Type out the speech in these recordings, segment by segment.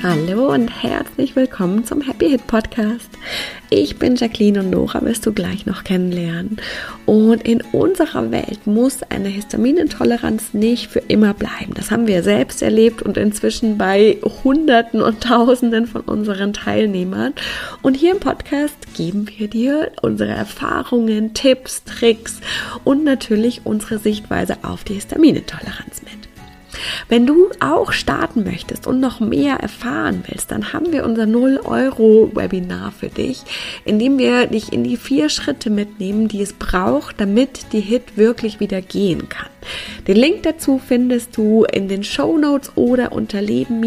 Hallo und herzlich willkommen zum Happy Hit Podcast. Ich bin Jacqueline und Nora wirst du gleich noch kennenlernen. Und in unserer Welt muss eine Histaminintoleranz nicht für immer bleiben. Das haben wir selbst erlebt und inzwischen bei Hunderten und Tausenden von unseren Teilnehmern. Und hier im Podcast geben wir dir unsere Erfahrungen, Tipps, Tricks und natürlich unsere Sichtweise auf die Histaminintoleranz mit. Wenn du auch starten möchtest und noch mehr erfahren willst, dann haben wir unser 0-Euro-Webinar für dich, in dem wir dich in die 4 Schritte mitnehmen, die es braucht, damit die Hit wirklich wieder gehen kann. Den Link dazu findest du in den Shownotes oder unter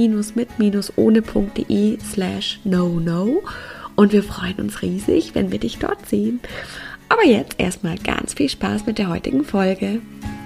leben-mit-ohne.de/no-no und wir freuen uns riesig, wenn wir dich dort sehen. Aber jetzt erstmal ganz viel Spaß mit der heutigen Folge.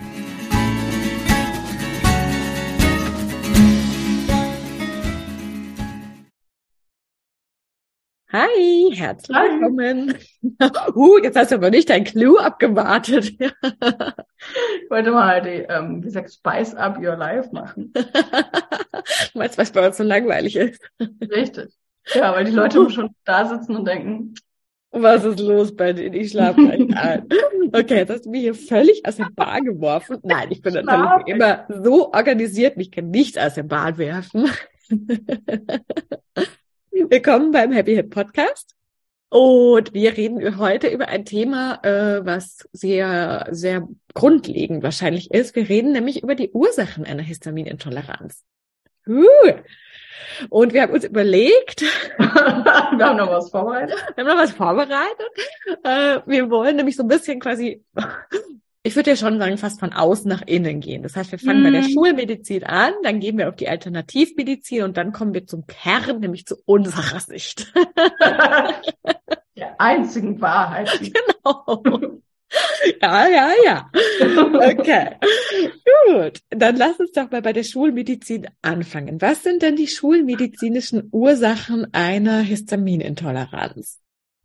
Hi, herzlich willkommen. Jetzt hast du aber nicht dein Clue abgewartet. Ich wollte mal die, Spice Up Your Life machen. Du meinst, was bei uns so langweilig ist? Richtig. Ja, weil die Leute schon da sitzen und denken, was ist los bei denen? Ich schlafe gleich ein. Okay, jetzt hast du mich hier völlig aus der Bahn geworfen. Nein, ich bin natürlich immer so organisiert, mich kann nichts aus der Bahn werfen. Willkommen beim Happy Hit Podcast und wir reden heute über ein Thema, was sehr, sehr grundlegend wahrscheinlich ist. Wir reden nämlich über die Ursachen einer Histaminintoleranz. Und wir haben uns überlegt, wir haben noch was vorbereitet. Wir wollen nämlich so ein bisschen quasi, ich würde ja schon sagen, fast von außen nach innen gehen. Das heißt, wir fangen bei der Schulmedizin an, dann gehen wir auf die Alternativmedizin und dann kommen wir zum Kern, nämlich zu unserer Sicht. Der einzigen Wahrheit. Genau. Ja. Okay. Gut. Dann lass uns doch mal bei der Schulmedizin anfangen. Was sind denn die schulmedizinischen Ursachen einer Histaminintoleranz?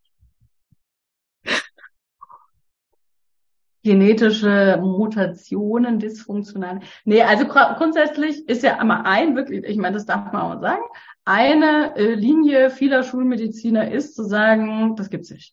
Genetische Mutationen, dysfunktionale. Nee, also grundsätzlich ist ja immer wirklich, ich meine, das darf man auch sagen, eine Linie vieler Schulmediziner ist zu sagen, das gibt's nicht.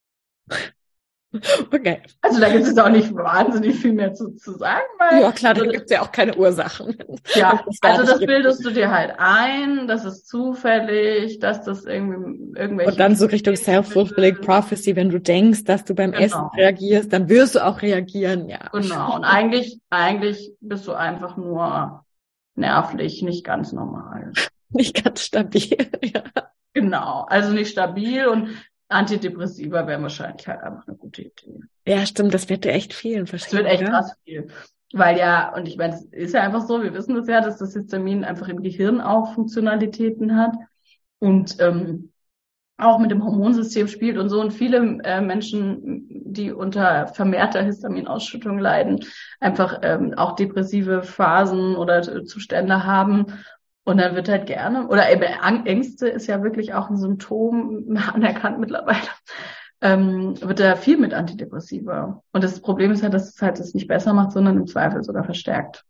Okay. Also da gibt es auch nicht wahnsinnig viel mehr zu sagen, weil. Ja klar, da gibt es ja auch keine Ursachen. Ja, also das bildest du dir halt ein, das ist zufällig, dass das irgendwelche. Und dann so Richtung Self-Fulfilling Prophecy, wenn du denkst, dass du beim Essen reagierst, dann wirst du auch reagieren, ja. Genau, und eigentlich bist du einfach nur nervlich, nicht ganz normal. Nicht ganz stabil, ja. Genau, also nicht stabil und Antidepressiva wären wahrscheinlich halt einfach eine gute Idee. Ja, stimmt, das wird dir echt fehlen. Das wird echt krass viel. Weil ja, und ich meine, es ist ja einfach so, wir wissen das ja, dass das Histamin einfach im Gehirn auch Funktionalitäten hat und auch mit dem Hormonsystem spielt und so. Und viele Menschen, die unter vermehrter Histaminausschüttung leiden, einfach auch depressive Phasen oder Zustände haben. Und dann wird halt gerne, oder eben Ängste ist ja wirklich auch ein Symptom anerkannt mittlerweile, wird da viel mit Antidepressiva. Und das Problem ist halt, dass es halt das nicht besser macht, sondern im Zweifel sogar verstärkt.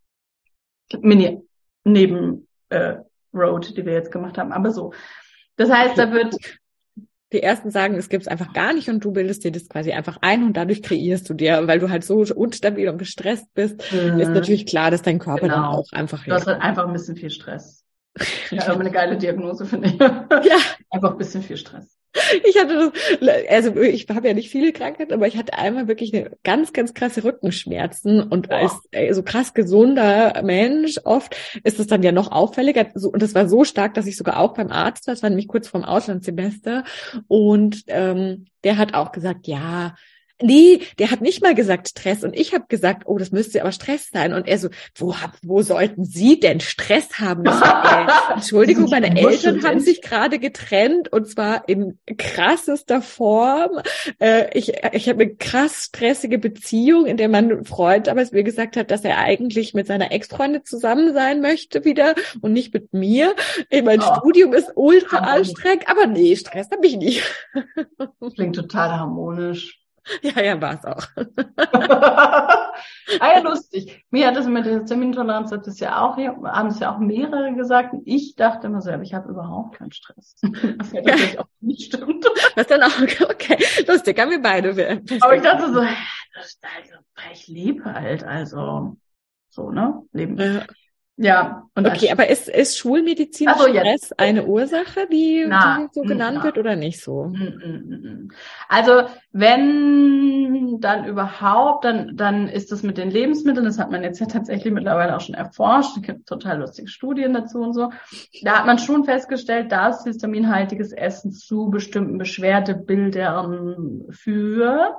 Neben Road, die wir jetzt gemacht haben. Aber so. Das heißt, da wird... Die ersten sagen, es gibt's einfach gar nicht und du bildest dir das quasi einfach ein und dadurch kreierst du dir, weil du halt so unstabil und gestresst bist, ist natürlich klar, dass dein Körper dann auch einfach... Du hast halt einfach ein bisschen viel Stress. Ja, aber eine geile Diagnose, finde ich. Ja. Einfach ein bisschen viel Stress. Ich hatte ich habe ja nicht viele Krankheiten, aber ich hatte einmal wirklich eine ganz, ganz krasse Rückenschmerzen und als so krass gesunder Mensch oft ist es dann ja noch auffälliger und das war so stark, dass ich sogar auch beim Arzt war, das war nämlich kurz vorm Auslandssemester und der hat auch gesagt, ja, nee, der hat nicht mal gesagt Stress und ich habe gesagt, oh, das müsste aber Stress sein und er so, wo sollten Sie denn Stress haben? Entschuldigung, meine Eltern haben sich gerade getrennt und zwar in krassester Form. Ich habe eine krass stressige Beziehung, in der mein Freund aber mir gesagt hat, dass er eigentlich mit seiner Ex-Freundin zusammen sein möchte wieder und nicht mit mir. Mein Studium ist ultra anstrengend, aber nee, Stress habe ich nicht. Klingt total harmonisch. Ja, war es auch. Ah ja, lustig. Mir hat das mit der Histaminintoleranz, haben das ja auch mehrere gesagt. Und ich dachte immer so, aber ich habe überhaupt keinen Stress. Was ja tatsächlich auch nicht stimmt. Was dann auch, okay, lustig, haben wir beide. Aber ich dachte so, ich lebe halt, also so, ne? Leben. Ja. Und okay, aber ist schulmedizinischer Stress eine Ursache, die so genannt wird oder nicht so? Also wenn dann überhaupt, dann ist das mit den Lebensmitteln, das hat man jetzt ja tatsächlich mittlerweile auch schon erforscht, es gibt total lustige Studien dazu und so. Da hat man schon festgestellt, dass histaminhaltiges Essen zu bestimmten Beschwerdebildern führen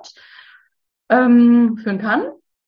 kann.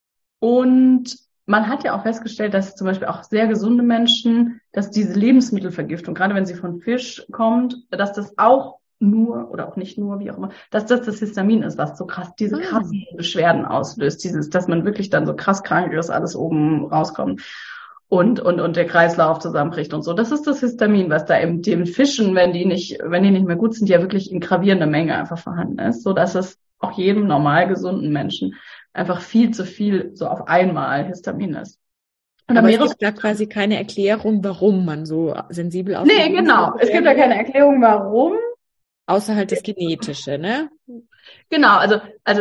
Und man hat ja auch festgestellt, dass zum Beispiel auch sehr gesunde Menschen, dass diese Lebensmittelvergiftung, gerade wenn sie von Fisch kommt, dass das auch nur oder auch nicht nur, wie auch immer, dass das Histamin ist, was so krass diese krassen Beschwerden auslöst, dass man wirklich dann so krass krank ist, alles oben rauskommt und der Kreislauf zusammenbricht und so. Das ist das Histamin, was da in den Fischen, wenn die nicht mehr gut sind, ja wirklich in gravierender Menge einfach vorhanden ist, so dass es auch jedem normal gesunden Menschen einfach viel zu viel so auf einmal Histamin ist. Und aber es gibt da quasi keine Erklärung, warum man so sensibel auf Nee, genau. Es gibt da keine Erklärung, warum. Außer halt das Genetische, ne? Genau, also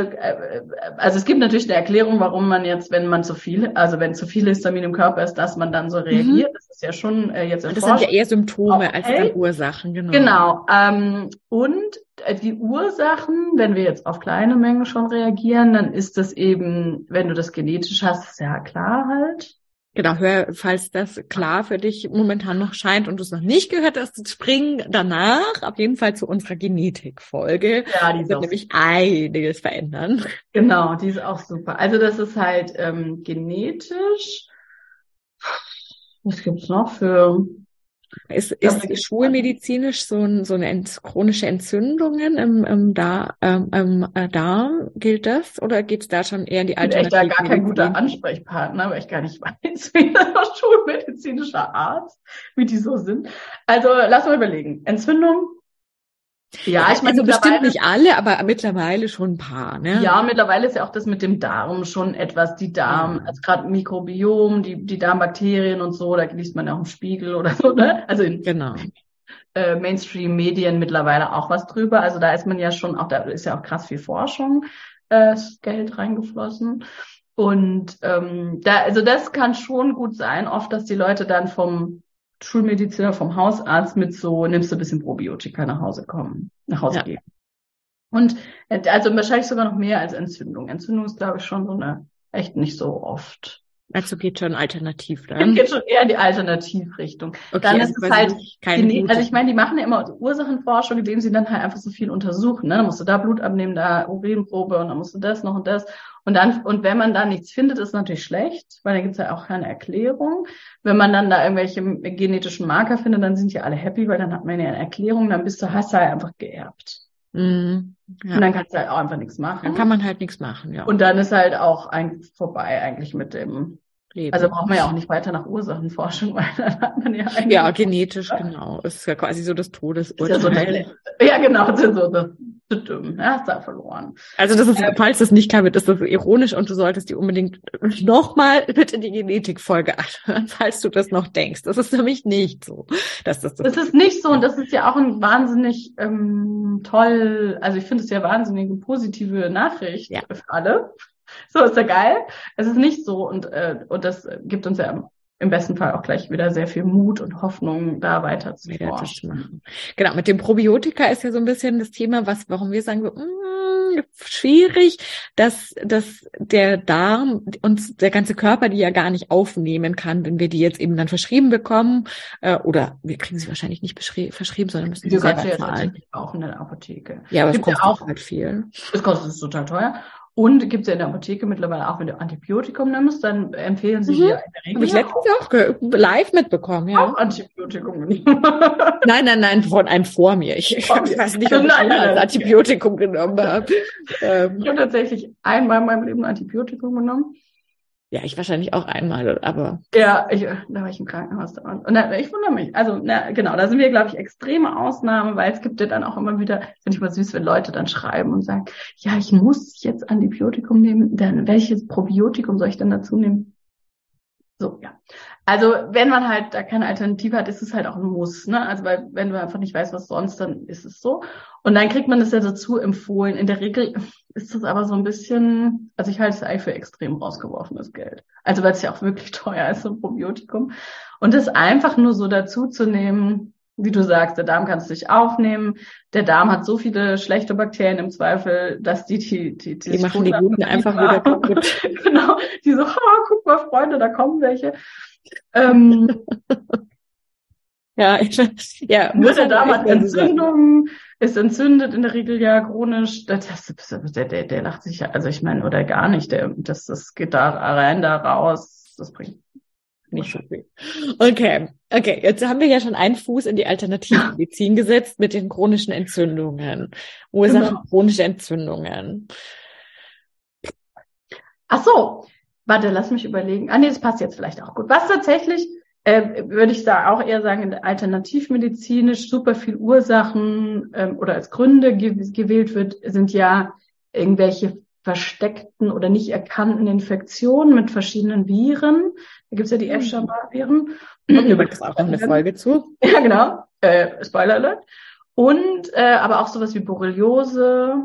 es gibt natürlich eine Erklärung, warum man jetzt, wenn zu viel Histamin im Körper ist, dass man dann so reagiert. Das ist ja schon jetzt erforscht. Das sind ja eher Symptome als dann Ursachen, genau. Genau. Und die Ursachen, wenn wir jetzt auf kleine Mengen schon reagieren, dann ist das eben, wenn du das genetisch hast, ist ja klar halt. Genau, falls das klar für dich momentan noch scheint und du es noch nicht gehört hast, spring danach auf jeden Fall zu unserer Genetikfolge. Ja, die wird nämlich einiges verändern. Genau, die ist auch super. Also das ist halt genetisch. Was gibt's noch für... Ist schulmedizinisch so eine chronische Entzündungen im Darm, gilt das? Oder geht's da schon eher in die Alternative? Ich bin echt da gar kein guter Ansprechpartner, weil ich gar nicht weiß, wie das schulmedizinischer Arzt, wie die so sind. Also lass mal überlegen. Entzündung? Ja, ich meine, also bestimmt nicht alle, aber mittlerweile schon ein paar, ne? Ja, mittlerweile ist ja auch das mit dem Darm schon etwas, also gerade Mikrobiom, die Darmbakterien und so, da liest man ja auch im Spiegel oder so, ne? Also in Mainstream-Medien mittlerweile auch was drüber. Also da ist man ja schon, da ist ja auch krass viel Forschung, Geld reingeflossen. Und das kann schon gut sein, oft, dass die Leute dann vom Schulmediziner, vom Hausarzt nimmst du ein bisschen Probiotika nach Hause gehen. Und also wahrscheinlich sogar noch mehr als Entzündung. Entzündung ist, glaube ich, schon so echt nicht so oft. Also geht schon alternativ dann? Geht schon eher in die Alternativrichtung. Okay, dann ist es halt, also ich meine, die machen ja immer Ursachenforschung, indem sie dann halt einfach so viel untersuchen, ne? Dann musst du da Blut abnehmen, da Urinprobe und dann musst du das noch und das. Und wenn man da nichts findet, ist natürlich schlecht, weil dann gibt's ja auch keine Erklärung. Wenn man dann da irgendwelche genetischen Marker findet, dann sind die alle happy, weil dann hat man ja eine Erklärung, dann hast du halt einfach geerbt. Ja. Und dann kannst du halt auch einfach nichts machen. Dann kann man halt nichts machen, ja. Und dann ist halt auch vorbei eigentlich mit dem Leben. Also braucht man ja auch nicht weiter nach Ursachenforschung, weil dann hat man ja eigentlich... Ja, genetisch, genau. Ist ja quasi so das Todesurteil. Ja, genau, das ist so das hast du verloren. Also das ist, falls das nicht klar wird, ist das ironisch und du solltest die unbedingt nochmal bitte die Genetikfolge anhören, falls du das noch denkst. Das ist nämlich nicht so. Das ist nicht so und das ist ja auch ein wahnsinnig toll, also ich finde es ja wahnsinnig eine positive Nachricht für alle. So ist ja geil. Es ist nicht so und das gibt uns ja im besten Fall auch gleich wieder sehr viel Mut und Hoffnung, da weiter zu forschen. Genau, mit dem Probiotika ist ja so ein bisschen das Thema, warum wir sagen, schwierig, dass der Darm und der ganze Körper die ja gar nicht aufnehmen kann, wenn wir die jetzt eben dann verschrieben bekommen, oder wir kriegen sie wahrscheinlich nicht verschrieben, sondern müssen sie selber zahlen. Auch in der Apotheke. Ja, aber es kostet auch halt viel. Es kostet total teuer. Und gibt es ja in der Apotheke mittlerweile auch, wenn du Antibiotikum nimmst, dann empfehlen sie dir in der Regel. Habe ich letztens auch live mitbekommen, ja. Auch Antibiotikum genommen. Nein, von einem vor mir. Ich weiß nicht, ob ich ein Antibiotikum genommen habe. Ich habe tatsächlich einmal in meinem Leben ein Antibiotikum genommen. Ja, ich wahrscheinlich auch einmal, aber. Ja, da war ich im Krankenhaus dauernd. Und ich wundere mich. Also, genau, da sind wir, glaube ich, extreme Ausnahme, weil es gibt ja dann auch immer wieder, finde ich mal süß, wenn Leute dann schreiben und sagen, ja, ich muss jetzt Antibiotikum nehmen, dann welches Probiotikum soll ich denn dazu nehmen? So, ja. Also, wenn man halt da keine Alternative hat, ist es halt auch ein Muss, ne? Also, weil, wenn du einfach nicht weißt, was sonst, dann ist es so. Und dann kriegt man das ja dazu empfohlen. In der Regel ist das aber so ein bisschen, also ich halte es eigentlich für extrem rausgeworfenes Geld. Also, weil es ja auch wirklich teuer ist, so ein Probiotikum. Und das einfach nur so dazu zu nehmen, wie du sagst, der Darm kann es nicht aufnehmen. Der Darm hat so viele schlechte Bakterien im Zweifel, dass die machen die Guten einfach wieder kaputt. Genau. Die so, guck mal, Freunde, da kommen welche. Ja, muss der Darm hat Entzündungen, ist entzündet in der Regel ja chronisch. Der lacht sich ja, also ich meine, oder gar nicht. Das geht da rein, da raus. Das bringt nicht so viel. Okay. Jetzt haben wir ja schon einen Fuß in die Alternativmedizin gesetzt mit den chronischen Entzündungen. Ursachen chronische Entzündungen. Ach so. Warte, lass mich überlegen. Nee, das passt jetzt vielleicht auch gut. Was tatsächlich, würde ich da auch eher sagen, alternativmedizinisch super viel Ursachen oder als Gründe gewählt wird, sind ja irgendwelche versteckten oder nicht erkannten Infektionen mit verschiedenen Viren. Da gibt's ja die Epstein-Barr-Viren. Und übrigens auch noch eine Folge zu. Ja, genau. Spoiler Alert. Und aber auch sowas wie Borreliose,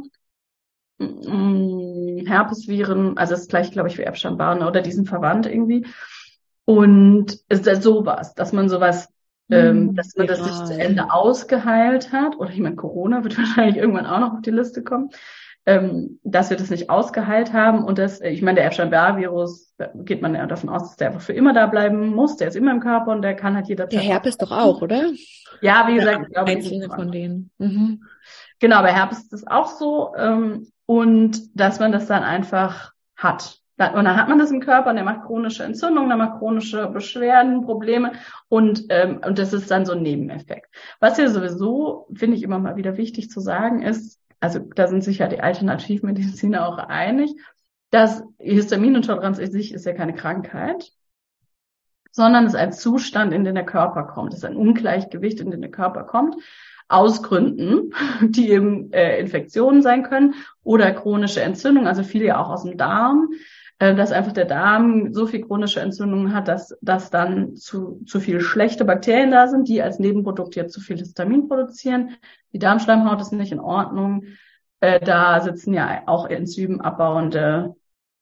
Herpesviren, also das ist gleich, glaube ich, wie Epstein-Barr oder diesen verwandt irgendwie. Und es ist sowas, dass man sowas, dass man das nicht zu Ende ausgeheilt hat. Oder ich meine, Corona wird wahrscheinlich irgendwann auch noch auf die Liste kommen. Dass wir das nicht ausgeheilt haben und das, ich meine, der Epstein-Barr-Virus, da geht man ja davon aus, dass der einfach für immer da bleiben muss, der ist immer im Körper und der kann halt jederzeit. Der Herpes doch auch, oder? Ja, wie gesagt, ich glaube, einzelne von denen. Genau, bei Herpes ist es auch so, und dass man das dann einfach hat. Und dann hat man das im Körper und der macht chronische Entzündungen, der macht chronische Beschwerden, Probleme und das ist dann so ein Nebeneffekt. Was ja sowieso, finde ich, immer mal wieder wichtig zu sagen ist, also da sind sich ja die Alternativmediziner auch einig, dass Histaminintoleranz in sich ist ja keine Krankheit, sondern es ist ein Zustand, in den der Körper kommt. Es ist ein Ungleichgewicht, in den der Körper kommt, aus Gründen, die eben Infektionen sein können oder chronische Entzündungen, also viele ja auch aus dem Darm, dass einfach der Darm so viel chronische Entzündungen hat, dass dann zu viel schlechte Bakterien da sind, die als Nebenprodukt jetzt zu viel Histamin produzieren. Die Darmschleimhaut ist nicht in Ordnung. Da sitzen ja auch histaminabbauende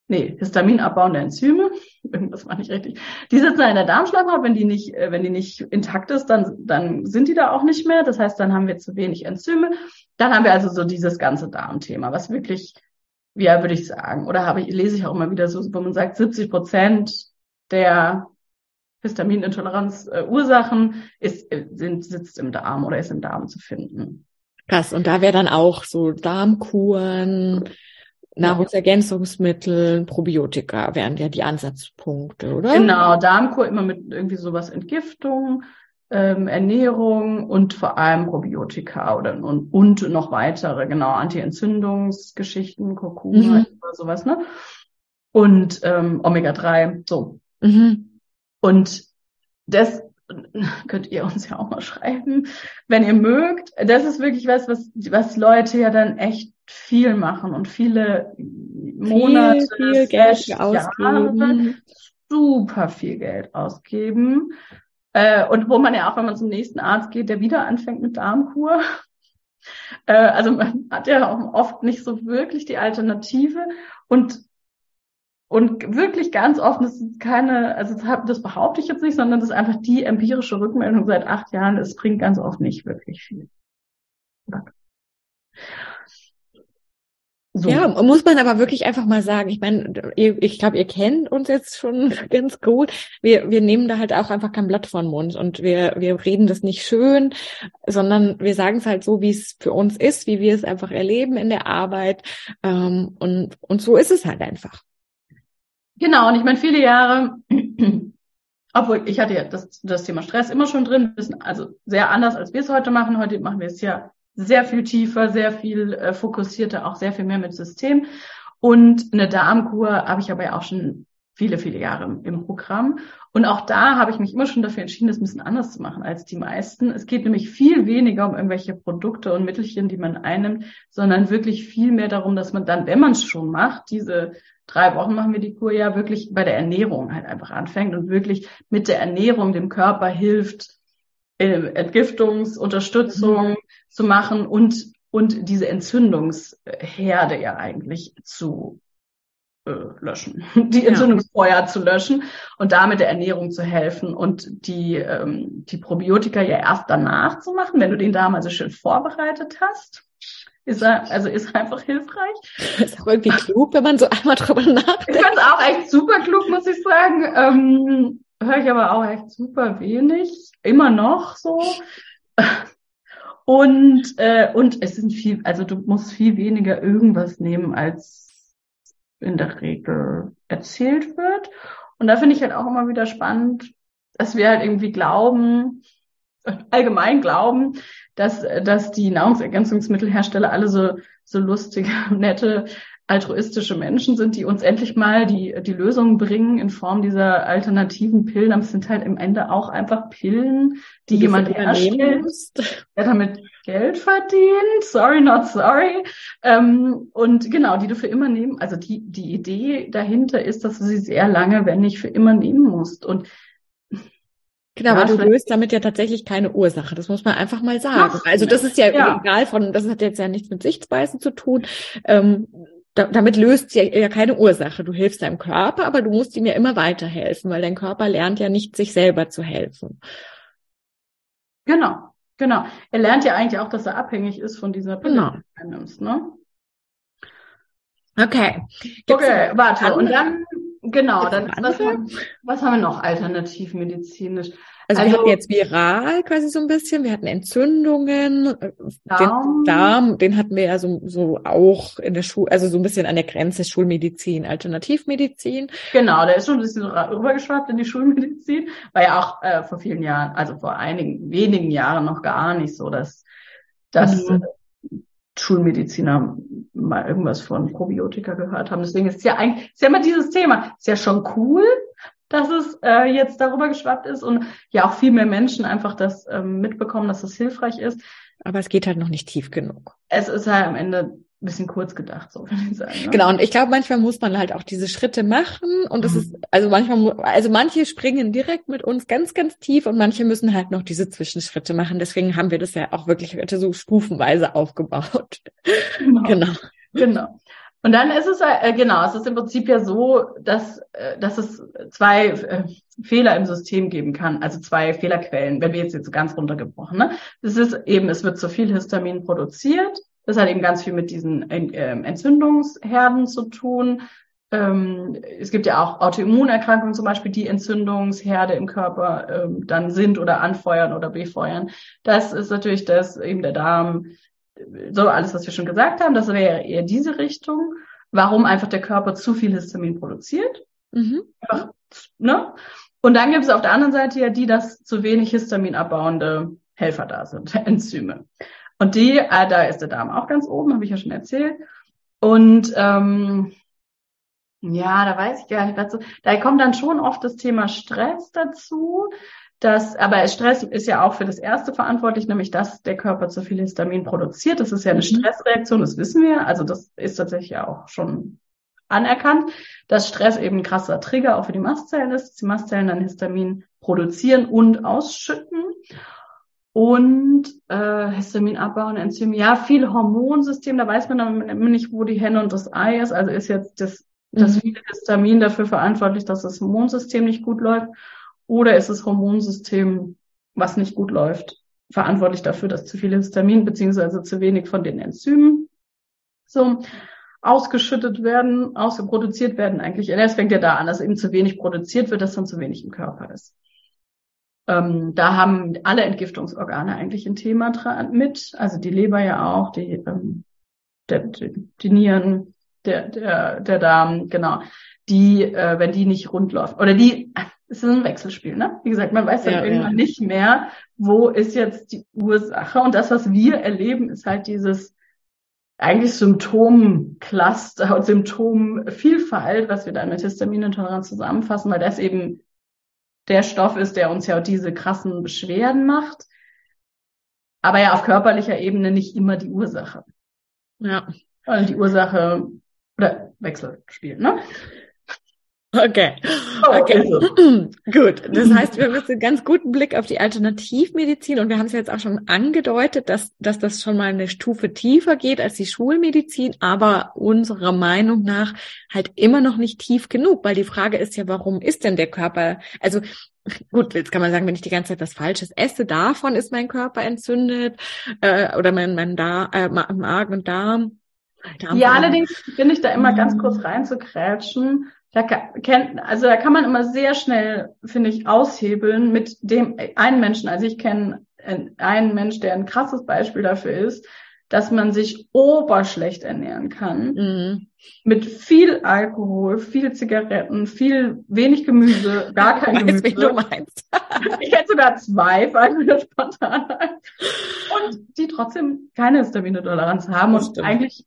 Enzyme. Irgendwas war nicht richtig. Die sitzen in der Darmschleimhaut. Wenn die nicht intakt ist, dann sind die da auch nicht mehr. Das heißt, dann haben wir zu wenig Enzyme. Dann haben wir also so dieses ganze Darmthema, was wirklich, ja, würde ich sagen, oder lese ich auch immer wieder so, wo man sagt, 70% der Histaminintoleranz-Ursachen sitzt im Darm oder ist im Darm zu finden. Krass. Und da wäre dann auch so Darmkuren, Nahrungsergänzungsmittel, Probiotika wären ja die Ansatzpunkte, oder? Genau, Darmkur immer mit irgendwie sowas Entgiftung, Ernährung und vor allem Probiotika und noch weitere, genau, Anti-Entzündungsgeschichten, Kurkuma oder sowas, ne? Und Omega-3, so. Und das könnt ihr uns ja auch mal schreiben, wenn ihr mögt. Das ist wirklich was Leute ja dann echt viel machen und viele Monate, viel Geld ausgeben. Super viel Geld ausgeben. Und wo man ja auch, wenn man zum nächsten Arzt geht, der wieder anfängt mit Darmkur. Also man hat ja auch oft nicht so wirklich die Alternative und wirklich ganz oft, das ist das behaupte ich jetzt nicht, sondern das ist einfach die empirische Rückmeldung seit 8 Jahren, es bringt ganz oft nicht wirklich viel. So. Ja, muss man aber wirklich einfach mal sagen. Ich meine, ich glaube, ihr kennt uns jetzt schon ganz gut. Wir nehmen da halt auch einfach kein Blatt vor den Mund und wir reden das nicht schön, sondern wir sagen es halt so, wie es für uns ist, wie wir es einfach erleben in der Arbeit. Und so ist es halt einfach. Genau, und ich meine, viele Jahre, obwohl ich hatte ja das Thema Stress immer schon drin, also sehr anders, als wir es heute machen. Heute machen wir es ja sehr viel tiefer, sehr viel fokussierter, auch sehr viel mehr mit System. Und eine Darmkur habe ich aber ja auch schon viele, viele Jahre im Programm. Und auch da habe ich mich immer schon dafür entschieden, das ein bisschen anders zu machen als die meisten. Es geht nämlich viel weniger um irgendwelche Produkte und Mittelchen, die man einnimmt, sondern wirklich viel mehr darum, dass man dann, wenn man es schon macht, diese 3 Wochen machen wir die Kur ja, wirklich bei der Ernährung halt einfach anfängt und wirklich mit der Ernährung dem Körper hilft, Entgiftungsunterstützung zu machen und diese Entzündungsherde ja eigentlich zu löschen, die Entzündungsfeuer zu löschen und damit der Ernährung zu helfen und die Probiotika ja erst danach zu machen, wenn du den Darm also schön vorbereitet hast. Ist einfach hilfreich. Ist auch irgendwie klug, wenn man so einmal drüber nachdenkt. Ich finde es auch echt super klug, muss ich sagen. Höre ich aber auch echt super wenig. Immer noch so. Und es sind viel, also du musst viel weniger irgendwas nehmen, als in der Regel erzählt wird. Und da finde ich halt auch immer wieder spannend, dass wir halt irgendwie allgemein glauben, dass die Nahrungsergänzungsmittelhersteller alle so lustige, nette, altruistische Menschen sind, die uns endlich mal die Lösung bringen in Form dieser alternativen Pillen. Aber es sind halt im Ende auch einfach Pillen, die jemand herstellt, der damit Geld verdient. Sorry, not sorry. Und genau, die du für immer nehmen. Also die Idee dahinter ist, dass du sie sehr lange, wenn nicht für immer nehmen musst. Und genau, aber du löst damit ja tatsächlich keine Ursache. Das muss man einfach mal sagen. Also das ist ja egal das hat jetzt ja nichts mit Sichtweisen zu tun. Damit löst ja keine Ursache. Du hilfst deinem Körper, aber du musst ihm ja immer weiterhelfen, weil dein Körper lernt ja nicht, sich selber zu helfen. Genau. Er lernt ja eigentlich auch, dass er abhängig ist von dieser Pille, die du nimmst, ne? Okay. Warte. Und dann, was haben wir noch alternativmedizinisch? Also wir hatten jetzt viral quasi so ein bisschen, wir hatten Entzündungen, den Darm, den hatten wir ja so auch in der Schule, also so ein bisschen an der Grenze Schulmedizin, Alternativmedizin. Genau, der ist schon ein bisschen rübergeschwappt in die Schulmedizin, war ja auch vor vielen Jahren, also vor wenigen Jahren noch gar nicht so, dass Schulmediziner mal irgendwas von Probiotika gehört haben. Deswegen ist ja immer dieses Thema, ist ja schon cool, dass es jetzt darüber geschwappt ist und ja auch viel mehr Menschen einfach das mitbekommen, dass das hilfreich ist. Aber es geht halt noch nicht tief genug. Es ist halt am Ende ein bisschen kurz gedacht, so würde ich sagen. Ne? Genau, und ich glaube, manchmal muss man halt auch diese Schritte machen und es ist, also manche springen direkt mit uns ganz, ganz tief und manche müssen halt noch diese Zwischenschritte machen. Deswegen haben wir das ja auch wirklich so stufenweise aufgebaut. Genau. Und dann ist es es ist im Prinzip ja so, dass es 2 Fehler im System geben kann, also 2 Fehlerquellen, wenn wir jetzt so ganz runtergebrochen, ne? Das ist eben, es wird zu viel Histamin produziert. Das hat eben ganz viel mit diesen Entzündungsherden zu tun. Es gibt ja auch Autoimmunerkrankungen zum Beispiel, die Entzündungsherde im Körper dann sind oder anfeuern oder befeuern. Das ist natürlich eben der Darm, so alles, was wir schon gesagt haben, das wäre eher diese Richtung, warum einfach der Körper zu viel Histamin produziert. Einfach, ne? Und dann gibt es auf der anderen Seite ja dass zu wenig Histamin abbauende Helfer da sind, Enzyme. Und da ist der Darm auch ganz oben, habe ich ja schon erzählt. Und da weiß ich gar nicht, da kommt dann schon oft das Thema Stress dazu. Aber Stress ist ja auch für das Erste verantwortlich, nämlich dass der Körper zu viel Histamin produziert. Das ist ja eine Stressreaktion, das wissen wir. Also das ist tatsächlich ja auch schon anerkannt, dass Stress eben ein krasser Trigger auch für die Mastzellen ist, dass die Mastzellen dann Histamin produzieren und ausschütten. Und Histamin abbauen, Enzyme, ja, viel Hormonsystem, da weiß man dann nicht, wo die Henne und das Ei ist. Also ist jetzt das viele Histamin dafür verantwortlich, dass das Hormonsystem nicht gut läuft. Oder ist das Hormonsystem, was nicht gut läuft, verantwortlich dafür, dass zu viel Histamin beziehungsweise zu wenig von den Enzymen so ausgeschüttet werden, produziert werden eigentlich. Es fängt ja da an, dass eben zu wenig produziert wird, dass dann zu wenig im Körper ist. Da haben alle Entgiftungsorgane eigentlich ein Thema mit, also die Leber ja auch, die Nieren, der Darm, genau. Wenn die nicht rund läuft, oder es ist ein Wechselspiel, ne? Wie gesagt, man weiß dann irgendwann nicht mehr, wo ist jetzt die Ursache. Und das, was wir erleben, ist halt dieses eigentlich Symptomcluster und Symptomvielfalt, was wir dann mit Histaminintoleranz zusammenfassen, weil das eben der Stoff ist, der uns ja auch diese krassen Beschwerden macht, aber ja auf körperlicher Ebene nicht immer die Ursache. Ja. Weil die Ursache oder Wechsel spielt, ne? Okay. Gut. Das heißt, wir müssen einen ganz guten Blick auf die Alternativmedizin und wir haben es jetzt auch schon angedeutet, dass das schon mal eine Stufe tiefer geht als die Schulmedizin, aber unserer Meinung nach halt immer noch nicht tief genug, weil die Frage ist ja, warum ist denn der Körper, also gut, jetzt kann man sagen, wenn ich die ganze Zeit was Falsches esse, davon ist mein Körper entzündet oder mein Magen und Darm. Ja, allerdings bin ich da immer ganz kurz reinzugrätschen. Da kann man immer sehr schnell, finde ich, aushebeln mit dem einen Menschen. Also ich kenne einen Mensch, der ein krasses Beispiel dafür ist, dass man sich oberschlecht ernähren kann. Mit viel Alkohol, viel Zigaretten, wenig Gemüse, gar kein Gemüse. Wie du meinst. Ich hätte sogar 2, fallen mir spontan ein. Und die trotzdem keine Histaminintoleranz haben und eigentlich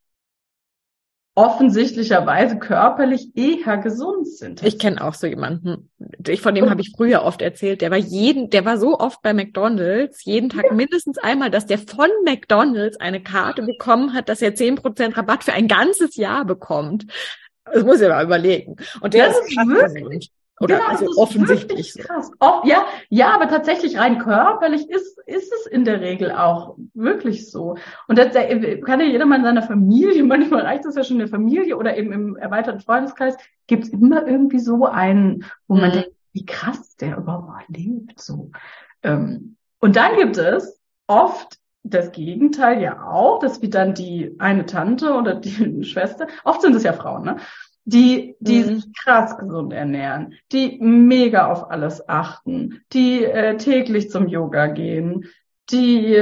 offensichtlicherweise körperlich eher gesund sind. Ich kenne auch so jemanden. Von dem habe ich früher oft erzählt. Der war so oft bei McDonald's, jeden Tag mindestens einmal, dass der von McDonald's eine Karte bekommen hat, dass er 10% Rabatt für ein ganzes Jahr bekommt. Das muss ich mal überlegen. Und der ist wirklich, oder genau, also offensichtlich so. Krass. Ja, aber tatsächlich rein körperlich ist es in der Regel auch wirklich so. Und das kann ja jeder mal in seiner Familie, manchmal reicht es ja schon in der Familie oder eben im erweiterten Freundeskreis, gibt es immer irgendwie so einen, wo man denkt, wie krass der überhaupt lebt. So. Und dann gibt es oft das Gegenteil ja auch, dass wie dann die eine Tante oder die Schwester, oft sind es ja Frauen, ne? Die sich krass gesund ernähren, die mega auf alles achten, die täglich zum Yoga gehen, die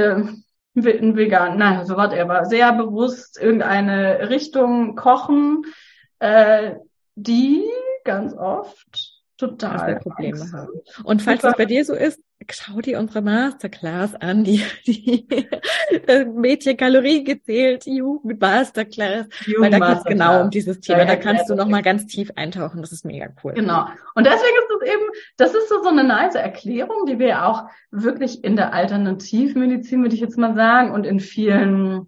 vegan, so whatever, sehr bewusst irgendeine Richtung kochen, die ganz oft total Probleme haben. Und falls es bei dir so ist, schau dir unsere Masterclass an, die Mädchen-Kalorien gezählt, Jugend-Masterclass, weil da geht es genau um dieses Thema. Da kannst du nochmal ganz tief eintauchen. Das ist mega cool. Genau. Und deswegen ist das ist so eine nice Erklärung, die wir auch wirklich in der Alternativmedizin, würde ich jetzt mal sagen, und in vielen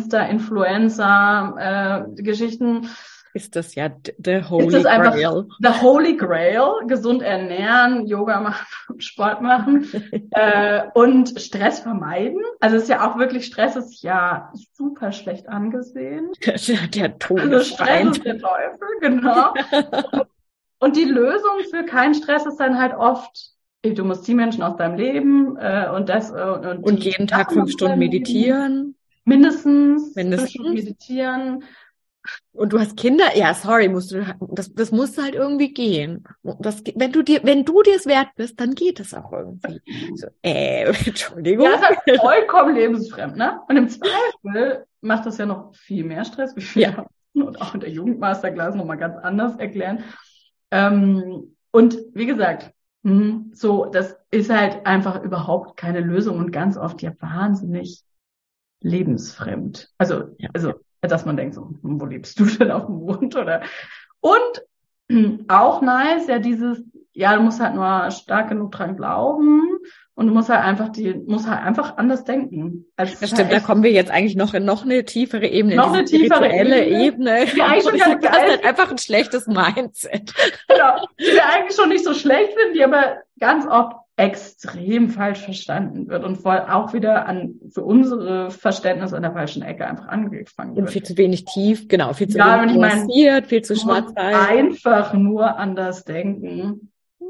Insta-Influencer-Geschichten ist das ja the Holy Grail. The Holy Grail, gesund ernähren, Yoga machen, Sport machen und Stress vermeiden. Also es ist ja auch wirklich, Stress ist ja super schlecht angesehen. Der Todesfeind. Also Stress ist der Teufel, genau. Und die Lösung für keinen Stress ist dann halt oft, du musst die Menschen aus deinem Leben und jeden Tag 5 Stunden meditieren. Mindestens 5 Stunden meditieren. Und du hast Kinder, ja, sorry, das muss halt irgendwie gehen. Wenn du dir es wert bist, dann geht es auch irgendwie. So, Entschuldigung. Ja, das ist halt vollkommen lebensfremd, ne? Und im Zweifel macht das ja noch viel mehr Stress, wie wir und auch in der Jugendmasterclass nochmal ganz anders erklären. Und wie gesagt, so, das ist halt einfach überhaupt keine Lösung und ganz oft ja wahnsinnig lebensfremd. Also, dass man denkt so, wo lebst du denn auf dem Mond oder? Und auch nice, ja du musst halt nur stark genug dran glauben und du musst halt einfach anders denken. Das stimmt, da kommen wir jetzt eigentlich noch in eine tiefere Ebene, noch eine tiefere Ebene. Ja, eigentlich schon ganz geil. Das ist halt einfach ein schlechtes Mindset. Genau, die wir eigentlich schon nicht so schlecht finden, die aber ganz oft extrem falsch verstanden wird und voll auch wieder für unsere Verständnis an der falschen Ecke einfach angefangen wird. Und viel zu wenig tief, genau, viel zu wenig nuanciert, viel zu schwarz-weiß. Einfach nur anders denken.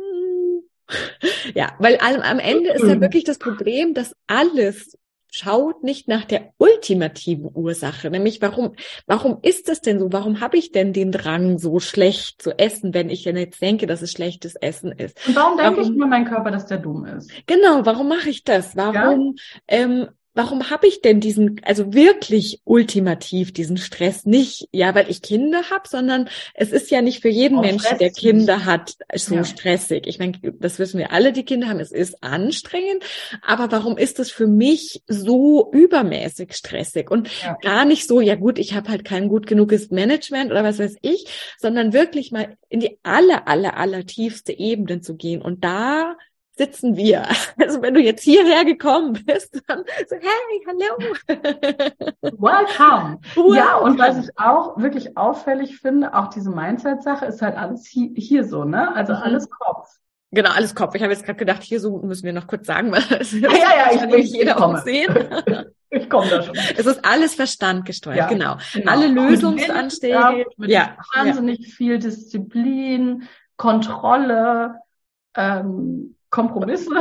Ja, weil am Ende ist ja wirklich das Problem, dass alles schaut nicht nach der ultimativen Ursache, nämlich warum ist das denn so? Warum habe ich denn den Drang, so schlecht zu essen, wenn ich denn jetzt denke, dass es schlechtes Essen ist? Und warum denke ich immer, mein Körper, dass der dumm ist? Genau, warum mache ich das? Warum warum habe ich denn also wirklich ultimativ diesen Stress nicht, ja, weil ich Kinder habe, sondern es ist ja nicht für jeden Menschen, der Kinder hat, so stressig. Ich meine, das wissen wir alle, die Kinder haben, es ist anstrengend, aber warum ist es für mich so übermäßig stressig und gar nicht so, ja gut, ich habe halt kein gut genuges Management oder was weiß ich, sondern wirklich mal in die aller tiefste Ebene zu gehen und da sitzen wir. Also wenn du jetzt hierher gekommen bist, dann so, hey, hallo. Welcome. Ja, und was ich auch wirklich auffällig finde, auch diese Mindset-Sache, ist halt alles hier so, ne? Also alles Kopf. Genau, alles Kopf. Ich habe jetzt gerade gedacht, hier so müssen wir noch kurz sagen, weil ich will jeder auch sehen. Ich komme da schon. Es ist alles Verstand gesteuert, genau. Alle Lösungsanschläge. Mit wahnsinnig viel Disziplin, Kontrolle, Kompromisse.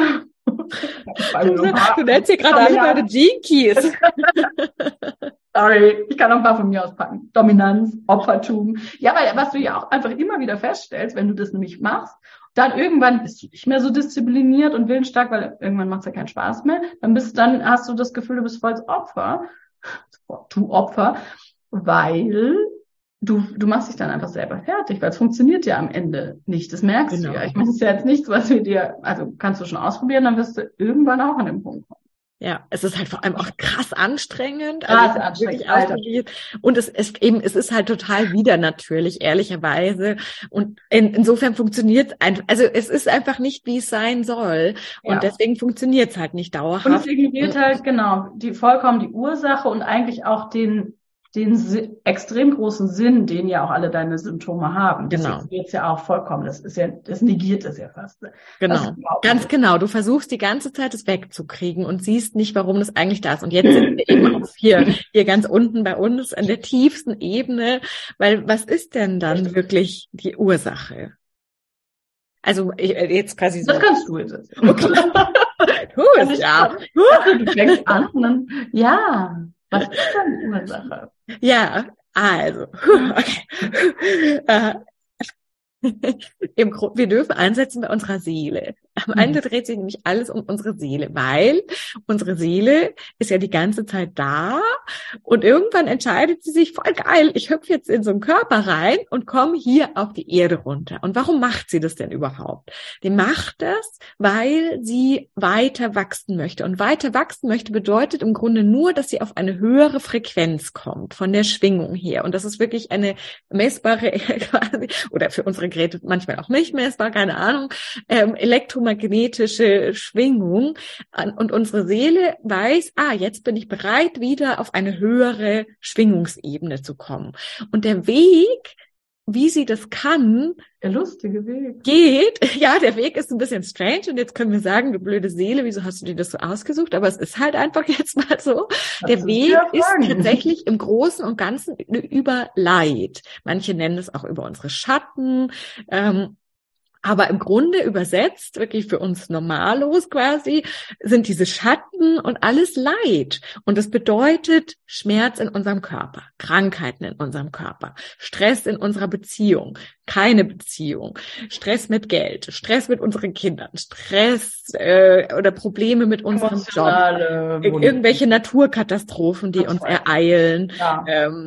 Du nennst hier gerade alle meine Gene-Keys. Sorry, ich kann noch ein paar von mir auspacken. Dominanz, Opfertum. Ja, weil was du ja auch einfach immer wieder feststellst, wenn du das nämlich machst, dann irgendwann bist du nicht mehr so diszipliniert und willensstark, weil irgendwann macht es ja keinen Spaß mehr. Dann hast du das Gefühl, du bist voll Opfer. Du Opfer, weil du machst dich dann einfach selber fertig, weil es funktioniert ja am Ende nicht. Das merkst du ja. Ich meine, es ist ja jetzt nichts, was wir dir, also kannst du schon ausprobieren, dann wirst du irgendwann auch an dem Punkt kommen. Ja, es ist halt vor allem auch krass anstrengend. Anstrengend. Und es ist halt total widernatürlich, ehrlicherweise. Und insofern funktioniert es einfach, also es ist einfach nicht, wie es sein soll. Und deswegen funktioniert es halt nicht dauerhaft. Und es ignoriert halt, vollkommen die Ursache und eigentlich auch den extrem großen Sinn, den ja auch alle deine Symptome haben. Das ignoriert es ja auch vollkommen. Das negiert es ja fast. Genau. Ganz genau. Du versuchst die ganze Zeit, es wegzukriegen und siehst nicht, warum das eigentlich da ist. Und jetzt sind wir eben auch hier ganz unten bei uns an der tiefsten Ebene. Weil was ist denn dann wirklich die Ursache? Also jetzt quasi so. Das kannst du jetzt. Okay. Gut, ja. Du fängst an und dann, was ist denn die Ursache? Ja, also, okay. Wir dürfen einsetzen bei unserer Seele. Am Ende dreht sich nämlich alles um unsere Seele, weil unsere Seele ist ja die ganze Zeit da und irgendwann entscheidet sie sich, voll geil, ich hüpfe jetzt in so einen Körper rein und komme hier auf die Erde runter. Und warum macht sie das denn überhaupt? Die macht das, weil sie weiter wachsen möchte. Und weiter wachsen möchte bedeutet im Grunde nur, dass sie auf eine höhere Frequenz kommt, von der Schwingung her. Und das ist wirklich eine messbare, quasi, oder für unsere Geräte manchmal auch nicht messbar, keine Ahnung, elektromagnetische Schwingung. Und unsere Seele weiß, jetzt bin ich bereit, wieder auf eine höhere Schwingungsebene zu kommen. Und der Weg, wie sie das kann, der lustige Weg geht. Ja, der Weg ist ein bisschen strange und jetzt können wir sagen, du blöde Seele, wieso hast du dir das so ausgesucht? Aber es ist halt einfach jetzt mal so. Der Weg ist tatsächlich im Großen und Ganzen über Leid. Manche nennen es auch über unsere Schatten. Aber im Grunde übersetzt, wirklich für uns Normalos quasi, sind diese Schatten und alles Leid. Und das bedeutet Schmerz in unserem Körper, Krankheiten in unserem Körper, Stress in unserer Beziehung, keine Beziehung, Stress mit Geld, Stress mit unseren Kindern, Stress oder Probleme mit unserem Job, irgendwelche Naturkatastrophen, die uns ereilen. Ja.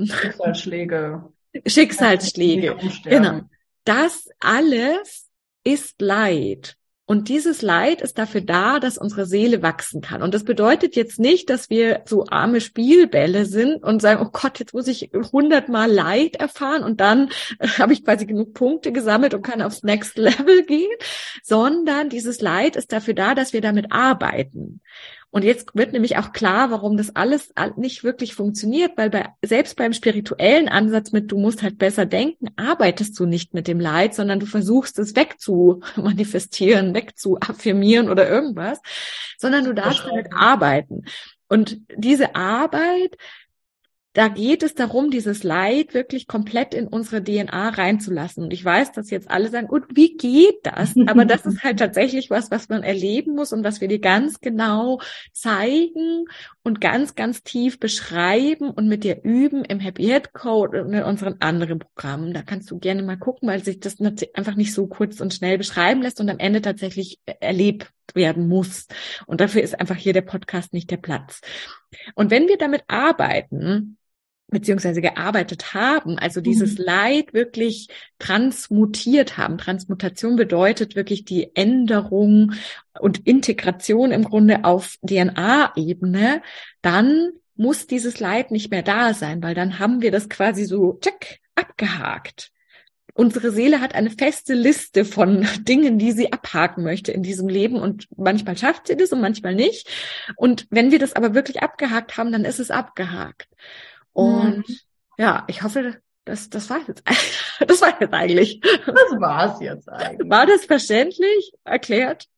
Schicksalsschläge. Genau. Das alles ist Leid. Und dieses Leid ist dafür da, dass unsere Seele wachsen kann. Und das bedeutet jetzt nicht, dass wir so arme Spielbälle sind und sagen, oh Gott, jetzt muss ich 100-mal Leid erfahren und dann habe ich quasi genug Punkte gesammelt und kann aufs Next Level gehen, sondern dieses Leid ist dafür da, dass wir damit arbeiten. Und jetzt wird nämlich auch klar, warum das alles nicht wirklich funktioniert, weil selbst beim spirituellen Ansatz mit du musst halt besser denken, arbeitest du nicht mit dem Leid, sondern du versuchst es wegzumanifestieren, wegzuaffirmieren oder irgendwas, sondern du darfst damit arbeiten. Und diese Arbeit, da geht es darum, dieses Leid wirklich komplett in unsere DNA reinzulassen. Und ich weiß, dass jetzt alle sagen, und wie geht das? Aber das ist halt tatsächlich was man erleben muss und was wir dir ganz genau zeigen und ganz, ganz tief beschreiben und mit dir üben im Happy Hit Code und in unseren anderen Programmen. Da kannst du gerne mal gucken, weil sich das einfach nicht so kurz und schnell beschreiben lässt und am Ende tatsächlich erlebt werden muss. Und dafür ist einfach hier der Podcast nicht der Platz. Und wenn wir damit arbeiten, beziehungsweise gearbeitet haben, also dieses Leid wirklich transmutiert haben. Transmutation bedeutet wirklich die Änderung und Integration im Grunde auf DNA-Ebene, dann muss dieses Leid nicht mehr da sein, weil dann haben wir das quasi so tschick, abgehakt. Unsere Seele hat eine feste Liste von Dingen, die sie abhaken möchte in diesem Leben und manchmal schafft sie das und manchmal nicht. Und wenn wir das aber wirklich abgehakt haben, dann ist es abgehakt. Und ja, ich hoffe, das war jetzt, das war jetzt eigentlich. Das war's jetzt eigentlich. War das verständlich erklärt?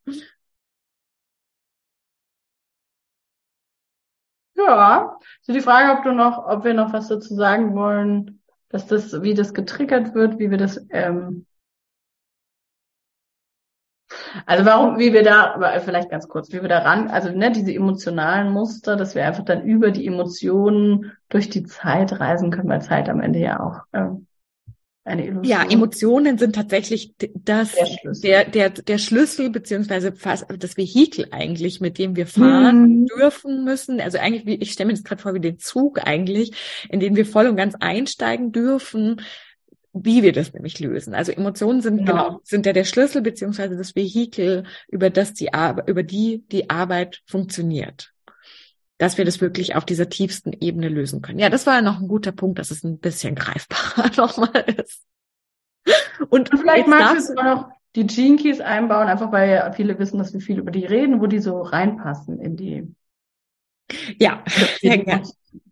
Ja. So die Frage, ob wir noch was dazu sagen wollen, wie das getriggert wird, wie wir das, also vielleicht ganz kurz, wie wir da ran, also diese emotionalen Muster, dass wir einfach dann über die Emotionen durch die Zeit reisen können, weil Zeit am Ende ja auch eine Illusion. Ja, Emotionen sind tatsächlich der Schlüssel beziehungsweise fast das Vehikel eigentlich, mit dem wir fahren dürfen müssen. Also eigentlich, ich stelle mir das gerade vor wie den Zug eigentlich, in den wir voll und ganz einsteigen dürfen, wie wir das nämlich lösen. Also Emotionen sind sind ja der Schlüssel beziehungsweise das Vehikel, über die Arbeit funktioniert. Dass wir das wirklich auf dieser tiefsten Ebene lösen können. Ja, das war noch ein guter Punkt, dass es ein bisschen greifbarer nochmal ist. Und vielleicht magst du jetzt noch die Gene Keys einbauen, einfach weil ja viele wissen, dass wir viel über die reden, wo die so reinpassen in die. Ja, sehr gerne.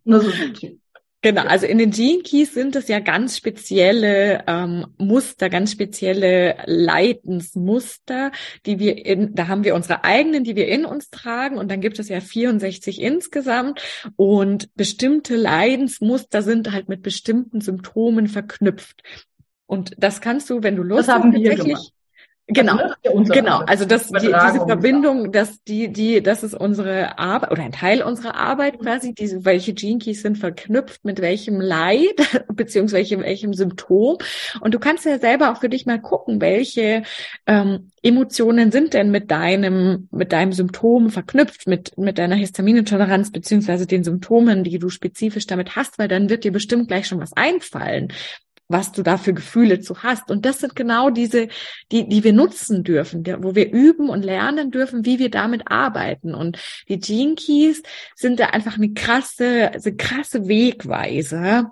Genau, also in den Gene Keys sind es ja ganz spezielle Muster, ganz spezielle Leidensmuster, da haben wir unsere eigenen, die wir in uns tragen und dann gibt es ja 64 insgesamt und bestimmte Leidensmuster sind halt mit bestimmten Symptomen verknüpft. Und das kannst du, wenn du Lust hast, tatsächlich. Genau, genau. Also diese Verbindung, das ist unsere Arbeit oder ein Teil unserer Arbeit quasi. Welche Gene Keys sind verknüpft mit welchem Leid beziehungsweise welchem Symptom. Und du kannst ja selber auch für dich mal gucken, welche Emotionen sind denn mit deinem Symptom verknüpft, mit deiner Histaminintoleranz beziehungsweise den Symptomen, die du spezifisch damit hast, weil dann wird dir bestimmt gleich schon was einfallen, was du da für Gefühle zu hast. Und das sind genau diese, die wir nutzen dürfen, wo wir üben und lernen dürfen, wie wir damit arbeiten. Und die Gene Keys sind da einfach eine krasse Wegweiser,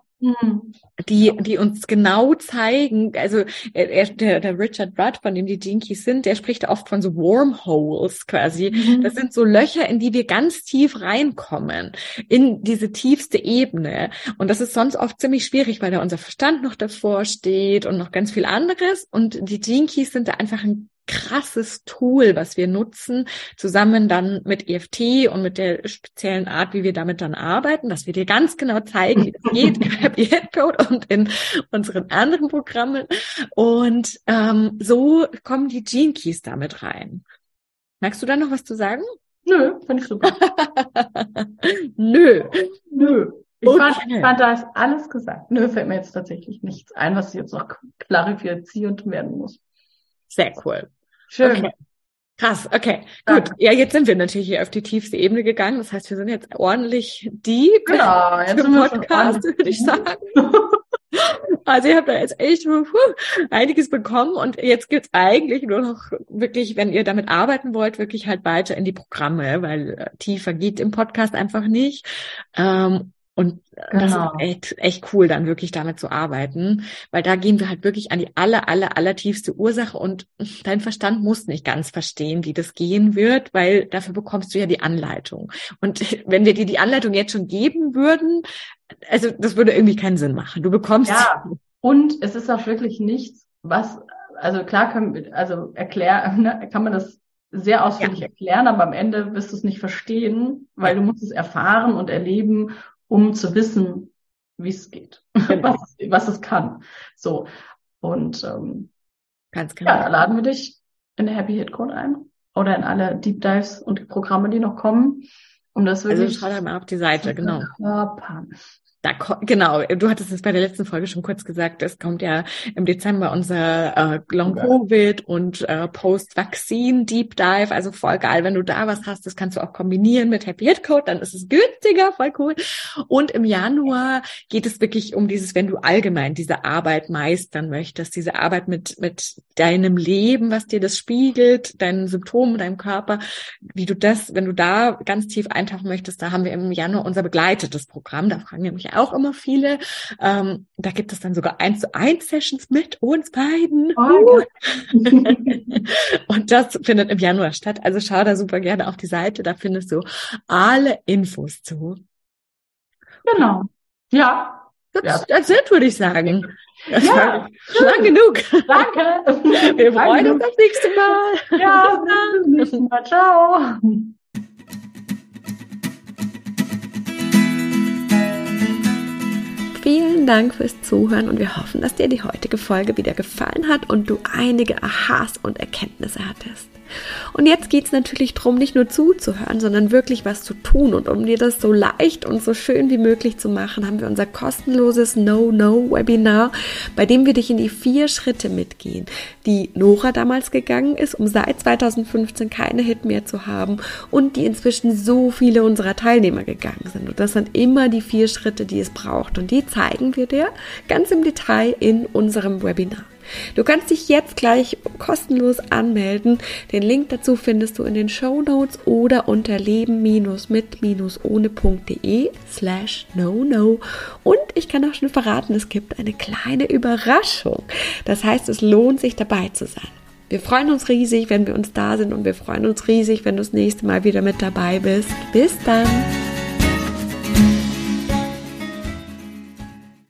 die uns genau zeigen, also der Richard Rudd, von dem die Gene Keys sind, der spricht oft von so Wormholes quasi. Das sind so Löcher, in die wir ganz tief reinkommen, in diese tiefste Ebene. Und das ist sonst oft ziemlich schwierig, weil da unser Verstand noch davor steht und noch ganz viel anderes. Und die Gene Keys sind da einfach ein krasses Tool, was wir nutzen, zusammen dann mit EFT und mit der speziellen Art, wie wir damit dann arbeiten, dass wir dir ganz genau zeigen, wie das geht im Happy Hit Code und in unseren anderen Programmen. Und so kommen die Gene Keys damit rein. Magst du da noch was zu sagen? Nö, finde ich super. Nö. Ich fand, da ist alles gesagt. Nö, fällt mir jetzt tatsächlich nichts ein, was jetzt noch klarifiziert werden muss. Sehr cool. Schön. Okay. Krass, okay. Gut. Ja, jetzt sind wir natürlich hier auf die tiefste Ebene gegangen. Das heißt, wir sind jetzt ordentlich deep im Podcast, würde ich sagen. Also ihr habt da jetzt echt einiges bekommen und jetzt gibt's eigentlich nur noch wirklich, wenn ihr damit arbeiten wollt, wirklich halt weiter in die Programme, weil tiefer geht im Podcast einfach nicht. Und das ist echt cool, dann wirklich damit zu arbeiten, weil da gehen wir halt wirklich an die allertiefste Ursache und dein Verstand muss nicht ganz verstehen, wie das gehen wird, weil dafür bekommst du ja die Anleitung. Und wenn wir dir die Anleitung jetzt schon geben würden, also das würde irgendwie keinen Sinn machen. Du bekommst... Ja, und es ist auch wirklich nichts, also klar kann man das sehr ausführlich erklären, aber am Ende wirst du es nicht verstehen, weil du musst es erfahren und erleben, um zu wissen, wie es geht, was es kann. So. Und ganz genau. Da laden wir dich in der Happy Hit Code ein oder in alle Deep Dives und Programme, die noch kommen. Um das wirklich. Also schau da mal auf die Seite, genau. Körper. Genau, du hattest es bei der letzten Folge schon kurz gesagt, es kommt ja im Dezember unser Long-Covid und Post-Vaccine Deep Dive, also voll geil, wenn du da was hast, das kannst du auch kombinieren mit Happy Hit Code, dann ist es günstiger, voll cool. Und im Januar geht es wirklich um dieses, wenn du allgemein diese Arbeit meistern möchtest, diese Arbeit mit deinem Leben, was dir das spiegelt, deinen Symptomen, deinem Körper, wie du das, wenn du da ganz tief eintauchen möchtest, da haben wir im Januar unser begleitetes Programm, da fragen nämlich auch immer viele. Da gibt es dann sogar 1:1 Sessions mit uns beiden. Oh, Und das findet im Januar statt. Also schau da super gerne auf die Seite. Da findest du alle Infos zu. Genau. Ja. Das wird, würde ich sagen. Das Ja. war lang genug. Danke. Wir freuen uns aufs nächste Mal. Ja, bis zum nächsten Mal. Ciao. Vielen Dank fürs Zuhören und wir hoffen, dass dir die heutige Folge wieder gefallen hat und du einige Aha's und Erkenntnisse hattest. Und jetzt geht es natürlich darum, nicht nur zuzuhören, sondern wirklich was zu tun. Und um dir das so leicht und so schön wie möglich zu machen, haben wir unser kostenloses No-No-Webinar, bei dem wir dich in die 4 Schritte mitgehen, die Nora damals gegangen ist, um seit 2015 keine Hit mehr zu haben und die inzwischen so viele unserer Teilnehmer gegangen sind. Und das sind immer die 4 Schritte, die es braucht. Und die zeigen wir dir ganz im Detail in unserem Webinar. Du kannst dich jetzt gleich kostenlos anmelden. Den Link dazu findest du in den Shownotes oder unter leben-mit-ohne.de/no-no. Und ich kann auch schon verraten, es gibt eine kleine Überraschung. Das heißt, es lohnt sich dabei zu sein. Wir freuen uns riesig, wenn wir uns da sind und wir freuen uns riesig, wenn du das nächste Mal wieder mit dabei bist. Bis dann!